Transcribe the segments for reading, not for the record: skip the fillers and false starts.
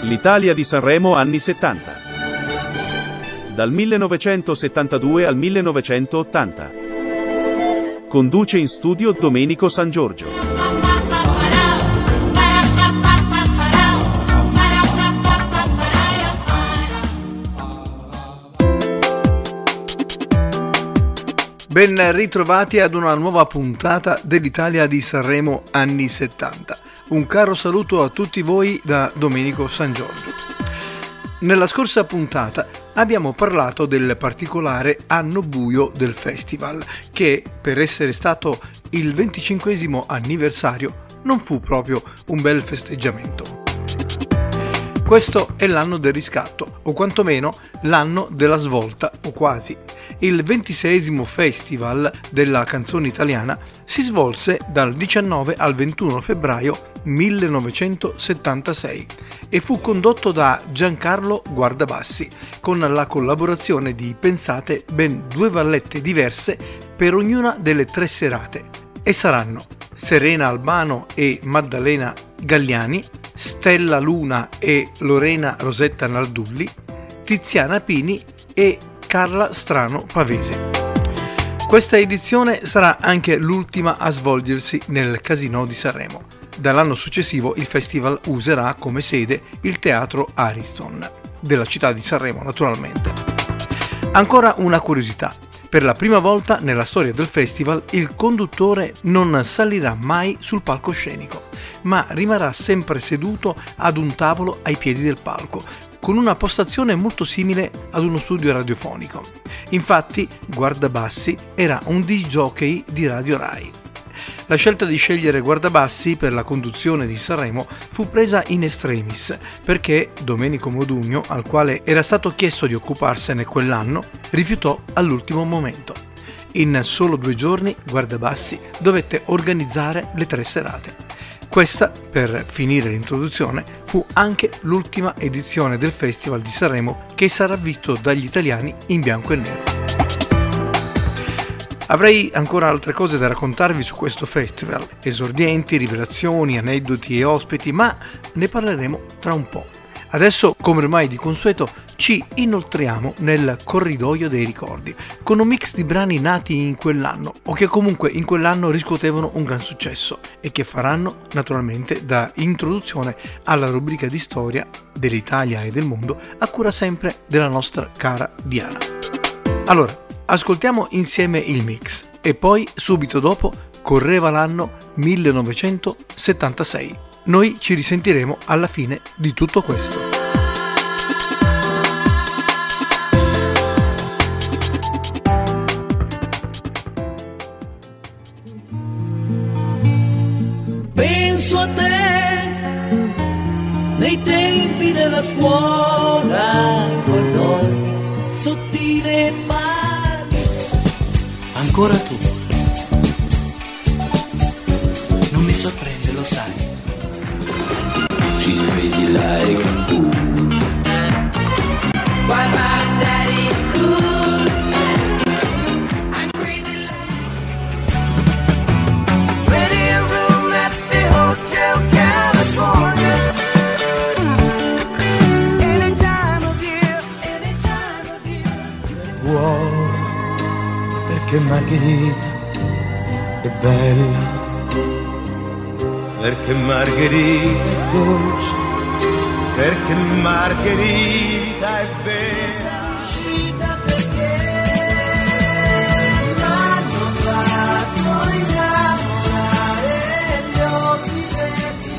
L'Italia di Sanremo anni 70. Dal 1972 al 1980. Conduce in studio Domenico San Giorgio. Ben ritrovati ad una nuova puntata dell'Italia di Sanremo anni 70. Un caro saluto a tutti voi da Domenico San Giorgio. Nella scorsa puntata abbiamo parlato del particolare anno buio del festival, che per essere stato il 25° anniversario non fu proprio un bel festeggiamento. Questo è l'anno del riscatto, o quantomeno l'anno della svolta, o quasi. Il 26° Festival della canzone italiana si svolse dal 19 al 21 febbraio 1976 e fu condotto da Giancarlo Guardabassi, con la collaborazione di, pensate, ben 2 vallette diverse per ognuna delle 3 serate. E saranno Serena Albano e Maddalena Galliani, Stella Luna e Lorena Rosetta Nardulli, Tiziana Pini e Carla Strano Pavese. Questa edizione sarà anche l'ultima a svolgersi nel Casinò di Sanremo. Dall'anno successivo il festival userà come sede il Teatro Ariston, della città di Sanremo naturalmente. Ancora una curiosità. Per la prima volta nella storia del festival il conduttore non salirà mai sul palcoscenico, ma rimarrà sempre seduto ad un tavolo ai piedi del palco, con una postazione molto simile ad uno studio radiofonico. Infatti, Guardabassi era un disc jockey di Radio Rai. La scelta di scegliere Guardabassi per la conduzione di Sanremo fu presa in extremis, perché Domenico Modugno, al quale era stato chiesto di occuparsene quell'anno, rifiutò all'ultimo momento. In solo 2 giorni Guardabassi dovette organizzare le 3 serate. Questa, per finire l'introduzione, fu anche l'ultima edizione del Festival di Sanremo che sarà visto dagli italiani in bianco e nero. Avrei ancora altre cose da raccontarvi su questo festival, esordienti, rivelazioni, aneddoti e ospiti, ma ne parleremo tra un po'. Adesso, come ormai di consueto, ci inoltriamo nel corridoio dei ricordi, con un mix di brani nati in quell'anno o che comunque in quell'anno riscuotevano un gran successo e che faranno naturalmente da introduzione alla rubrica di storia dell'Italia e del mondo a cura sempre della nostra cara Diana. Allora, ascoltiamo insieme il mix e poi subito dopo correva l'anno 1976. Noi ci risentiremo alla fine di tutto questo. Penso a te nei tempi della scuola, con noi sottile mare. Ancora tu. Non mi sorprende, lo sai. She's crazy like a fool. Why my daddy cool? I'm crazy like ready a room at the Hotel California. Any time of year, any time of year. Buona, perché Margherita è bella. Perché Margherita è dolce, perché Margherita è vera. Uscita perché l'hanno fatto innamorare gli occhi verdi.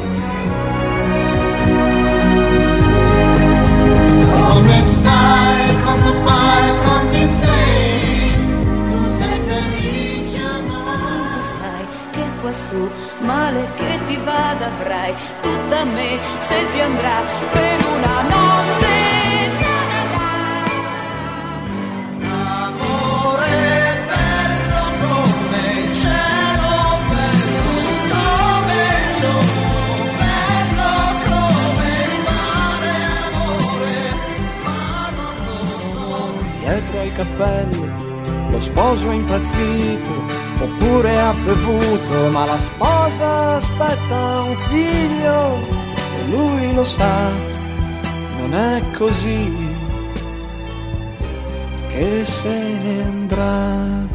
Come stai, cosa fai, con chi sei? Tu sei felice o no? Tu sai che quassù male che ti vada avrai tutta a me se ti andrà per una notte. Amore bello come il cielo, bello come il giorno, bello come il mare, amore, ma non lo so. Dietro ai cappelli lo sposo è impazzito, oppure ha bevuto, ma la sposa aspetta un figlio e lui lo sa. non è così che se ne andrà.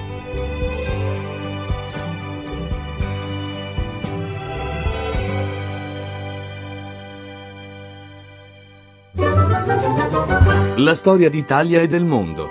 La storia d'Italia e del mondo.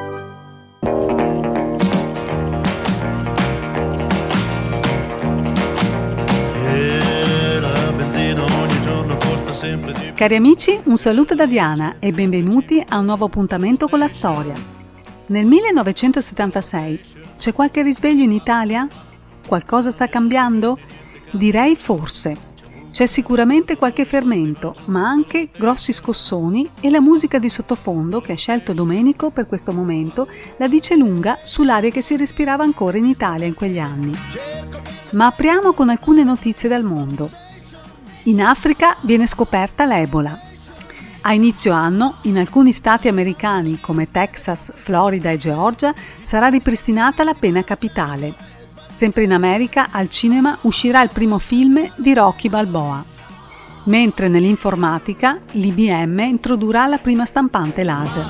Cari amici, un saluto da Diana e benvenuti a un nuovo appuntamento con la storia. Nel 1976 c'è qualche risveglio in Italia? Qualcosa sta cambiando? Direi forse. C'è sicuramente qualche fermento, ma anche grossi scossoni e la musica di sottofondo che ha scelto Domenico per questo momento la dice lunga sull'aria che si respirava ancora in Italia in quegli anni. Ma apriamo con alcune notizie dal mondo. In Africa viene scoperta l'Ebola. A inizio anno, in alcuni stati americani come Texas, Florida e Georgia, sarà ripristinata la pena capitale. Sempre in America, al cinema, uscirà il primo film di Rocky Balboa. Mentre nell'informatica, l'IBM introdurrà la prima stampante laser.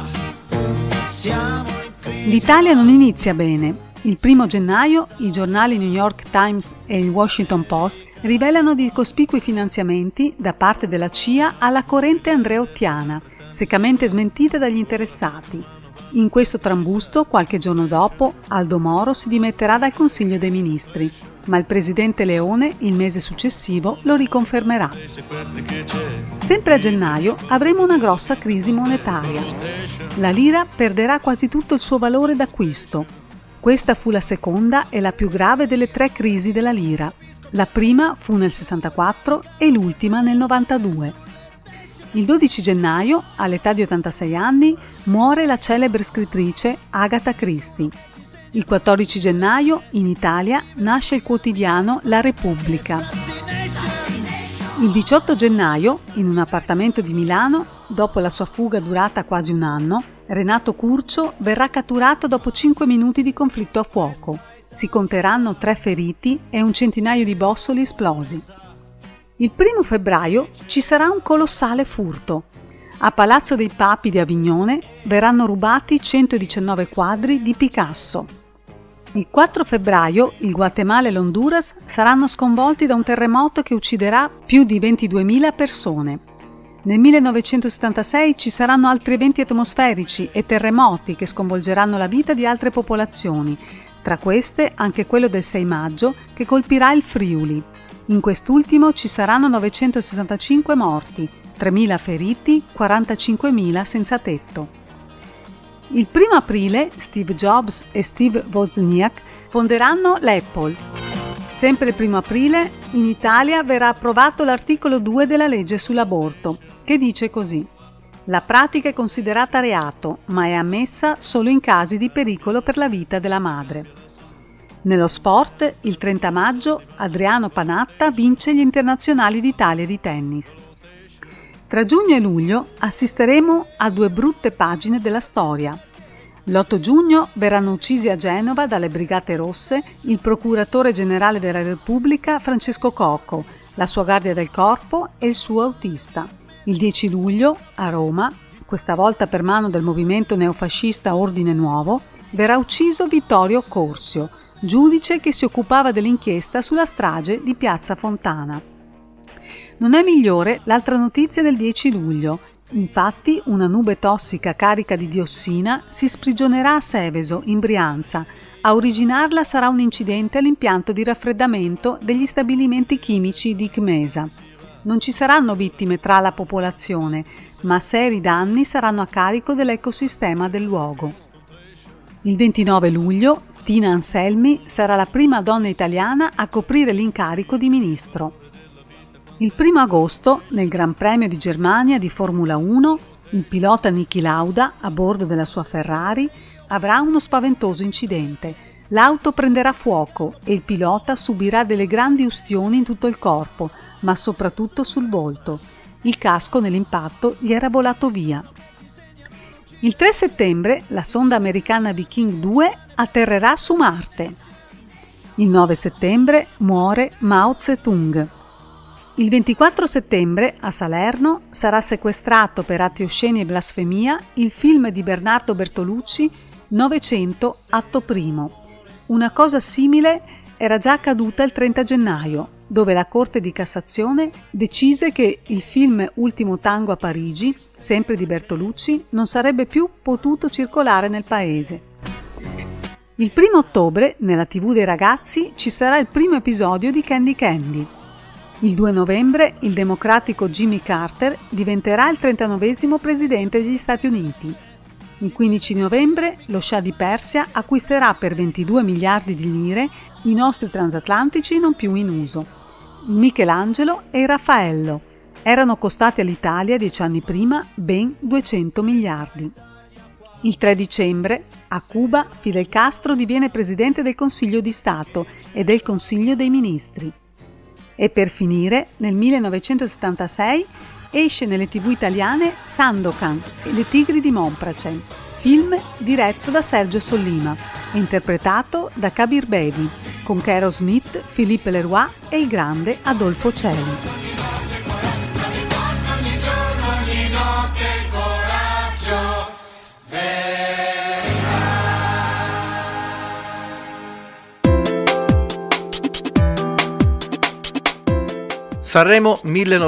L'Italia non inizia bene. Il 1 gennaio i giornali New York Times e il Washington Post rivelano di cospicui finanziamenti da parte della CIA alla corrente andreottiana, seccamente smentita dagli interessati. In questo trambusto, qualche giorno dopo, Aldo Moro si dimetterà dal Consiglio dei Ministri, ma il presidente Leone, il mese successivo, lo riconfermerà. Sempre a gennaio avremo una grossa crisi monetaria. La lira perderà quasi tutto il suo valore d'acquisto. Questa fu la seconda e la più grave delle tre crisi della lira. La prima fu nel 64 e l'ultima nel 92. Il 12 gennaio, all'età di 86 anni, muore la celebre scrittrice Agatha Christie. Il 14 gennaio, in Italia, nasce il quotidiano La Repubblica. Il 18 gennaio, in un appartamento di Milano, dopo la sua fuga durata quasi un anno, Renato Curcio verrà catturato dopo 5 minuti di conflitto a fuoco. Si conteranno 3 feriti e un centinaio di bossoli esplosi. Il 1 febbraio ci sarà un colossale furto. A Palazzo dei Papi di Avignone verranno rubati 119 quadri di Picasso. Il 4 febbraio il Guatemala e l'Honduras saranno sconvolti da un terremoto che ucciderà più di 22.000 persone. Nel 1976 ci saranno altri eventi atmosferici e terremoti che sconvolgeranno la vita di altre popolazioni, tra queste anche quello del 6 maggio che colpirà il Friuli. In quest'ultimo ci saranno 965 morti, 3.000 feriti, 45.000 senza tetto. Il 1 aprile Steve Jobs e Steve Wozniak fonderanno l'Apple. Sempre il 1 aprile in Italia verrà approvato l'articolo 2 della legge sull'aborto, che dice così: la pratica è considerata reato, ma è ammessa solo in casi di pericolo per la vita della madre. Nello sport, il 30 maggio, Adriano Panatta vince gli internazionali d'Italia di tennis. Tra giugno e luglio assisteremo a 2 brutte pagine della storia. L'8 giugno verranno uccisi a Genova dalle Brigate Rosse il procuratore generale della Repubblica Francesco Cocco, la sua guardia del corpo e il suo autista. Il 10 luglio, a Roma, questa volta per mano del movimento neofascista Ordine Nuovo, verrà ucciso Vittorio Corsio, giudice che si occupava dell'inchiesta sulla strage di Piazza Fontana. Non è migliore l'altra notizia del 10 luglio. Infatti, una nube tossica carica di diossina si sprigionerà a Seveso, in Brianza. A originarla sarà un incidente all'impianto di raffreddamento degli stabilimenti chimici di Cmesa. Non ci saranno vittime tra la popolazione, ma seri danni saranno a carico dell'ecosistema del luogo. Il 29 luglio, Tina Anselmi sarà la prima donna italiana a coprire l'incarico di ministro. Il 1 agosto, nel Gran Premio di Germania di Formula 1, il pilota Niki Lauda, a bordo della sua Ferrari, avrà uno spaventoso incidente. L'auto prenderà fuoco e il pilota subirà delle grandi ustioni in tutto il corpo, ma soprattutto sul volto. Il casco nell'impatto gli era volato via. Il 3 settembre la sonda americana Viking 2 atterrerà su Marte. Il 9 settembre muore Mao Zedong. Il 24 settembre a Salerno sarà sequestrato per atti osceni e blasfemia il film di Bernardo Bertolucci 900 atto primo. Una cosa simile era già accaduta il 30 gennaio, dove la Corte di Cassazione decise che il film Ultimo tango a Parigi, sempre di Bertolucci, non sarebbe più potuto circolare nel paese. Il 1 ottobre, nella TV dei ragazzi, ci sarà il primo episodio di Candy Candy. Il 2 novembre il democratico Jimmy Carter diventerà il 39esimo presidente degli Stati Uniti. Il 15 novembre lo Shah di Persia acquisterà per 22 miliardi di lire i nostri transatlantici non più in uso. Il Michelangelo e il Raffaello erano costati all'Italia 10 anni prima ben 200 miliardi. Il 3 dicembre a Cuba Fidel Castro diviene presidente del Consiglio di Stato e del Consiglio dei Ministri. E per finire, nel 1976 esce nelle TV italiane Sandokan e le Tigri di Monpracem, film diretto da Sergio Sollima e interpretato da Kabir Bedi, con Caro Smith, Philippe Leroy e il grande Adolfo Celi. Sanremo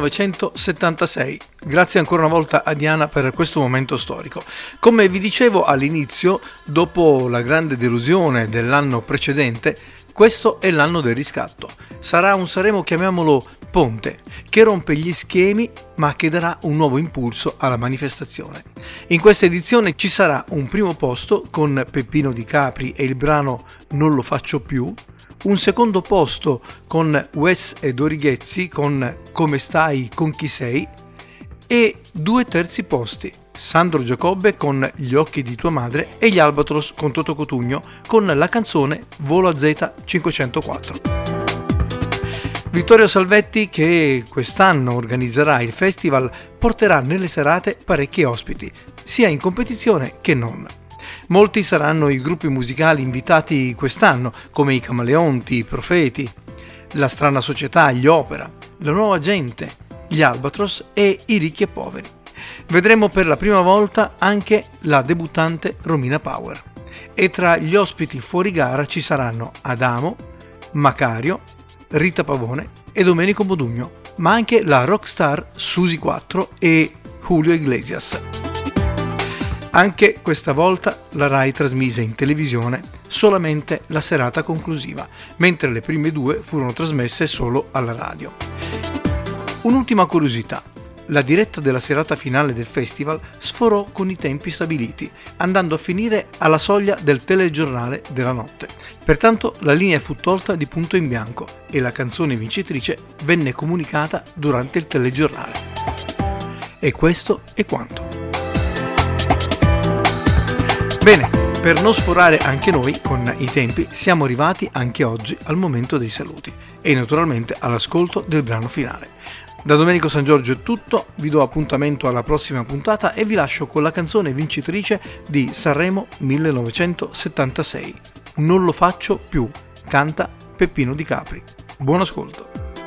1976. Grazie ancora una volta a Diana per questo momento storico. Come vi dicevo all'inizio, dopo la grande delusione dell'anno precedente, questo è l'anno del riscatto. Sarà un Sanremo, chiamiamolo ponte, che rompe gli schemi ma che darà un nuovo impulso alla manifestazione. In questa edizione ci sarà un primo posto con Peppino Di Capri e il brano Non lo faccio più, un secondo posto con Wes e Dori Ghezzi con Come stai, con chi sei, e 2 terzi posti, Sandro Giacobbe con Gli occhi di tua madre e gli Albatros con Toto Cotugno con la canzone Volo a Z 504. Vittorio Salvetti, che quest'anno organizzerà il festival, porterà nelle serate parecchi ospiti, sia in competizione che non. Molti saranno i gruppi musicali invitati quest'anno, come i Camaleonti, i Profeti, la Strana Società, gli Opera, la Nuova Gente, gli Albatros e i Ricchi e Poveri. Vedremo per la prima volta anche la debuttante Romina Power. E tra gli ospiti fuori gara ci saranno Adamo, Macario, Rita Pavone e Domenico Modugno, ma anche la rockstar Susi 4 e Julio Iglesias. Anche questa volta la Rai trasmise in televisione solamente la serata conclusiva, mentre le prime 2 furono trasmesse solo alla radio. Un'ultima curiosità: la diretta della serata finale del festival sforò con i tempi stabiliti, andando a finire alla soglia del telegiornale della notte. Pertanto la linea fu tolta di punto in bianco e la canzone vincitrice venne comunicata durante il telegiornale. E questo è quanto. Bene, per non sforare anche noi con i tempi, siamo arrivati anche oggi al momento dei saluti e naturalmente all'ascolto del brano finale. Da Domenico San Giorgio è tutto, vi do appuntamento alla prossima puntata e vi lascio con la canzone vincitrice di Sanremo 1976. Non lo faccio più, canta Peppino Di Capri. Buon ascolto.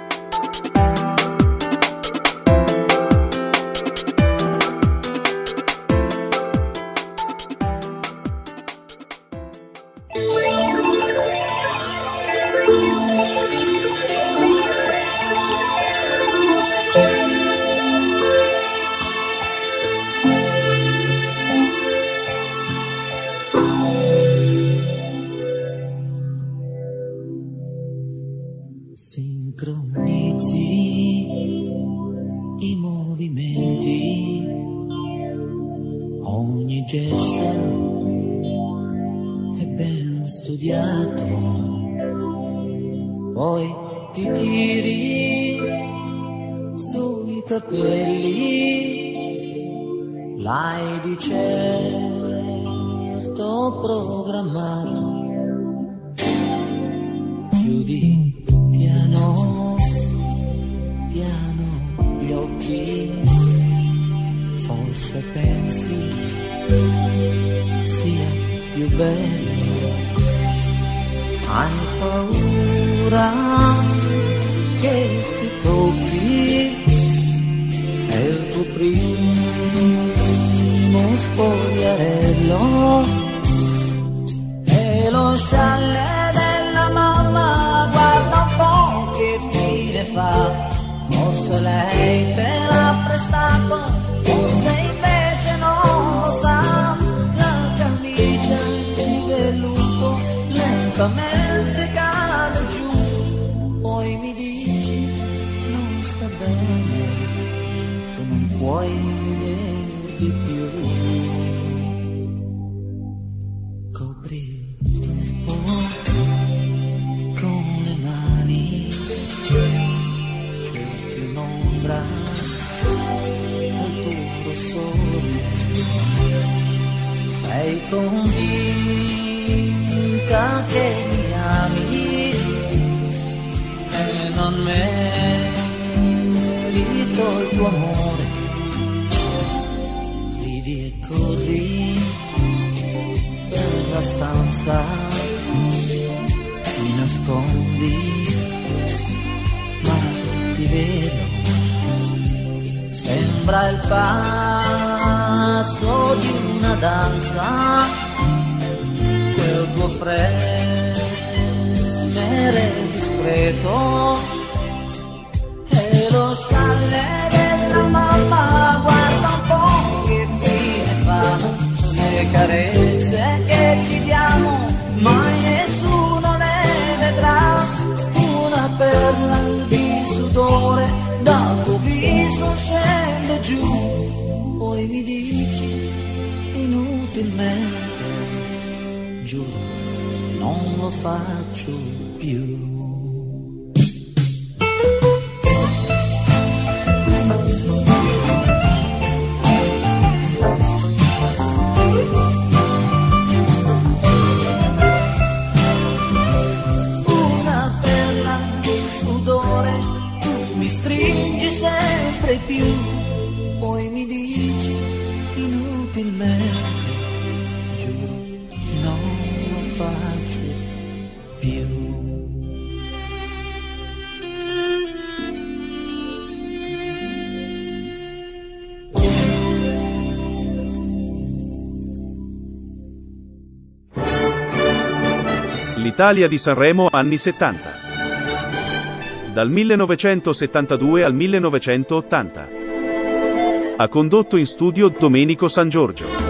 Sincronizzi i movimenti, ogni gesto è ben studiato, poi ti tiri sui capelli, l'hai di certo programmato, chiudi piano piano gli occhi, forse pensi sia più bello, hai paura che ti tocchi Forse lei te l'ha prestato, forse invece non lo sa. La camicia di velluto lentamente cade giù. Poi mi dici non sta bene, tu non puoi vedere di più. Copri il corpo con le mani, cerchi un'ombra al tuo rossore. Sei convinta che mi ami e non merito il tuo amore. Ridi e corri per la stanza, mi nascondi, ma ti vedo. Sembra il passo di una danza, quel tuo fremere discreto e lo scialle della mamma. Guarda un po' che fine fa, le carezze che ci diamo, mai nessuno le vedrà. Una perla di sudore dal tuo viso scende giù. Poi mi dici inutilmente, giuro non lo faccio più. Più, poi mi dici inutilmente, giuro non lo faccio più. L'Italia di Sanremo anni 70. Dal 1972 al 1980. Ha condotto in studio Domenico San Giorgio.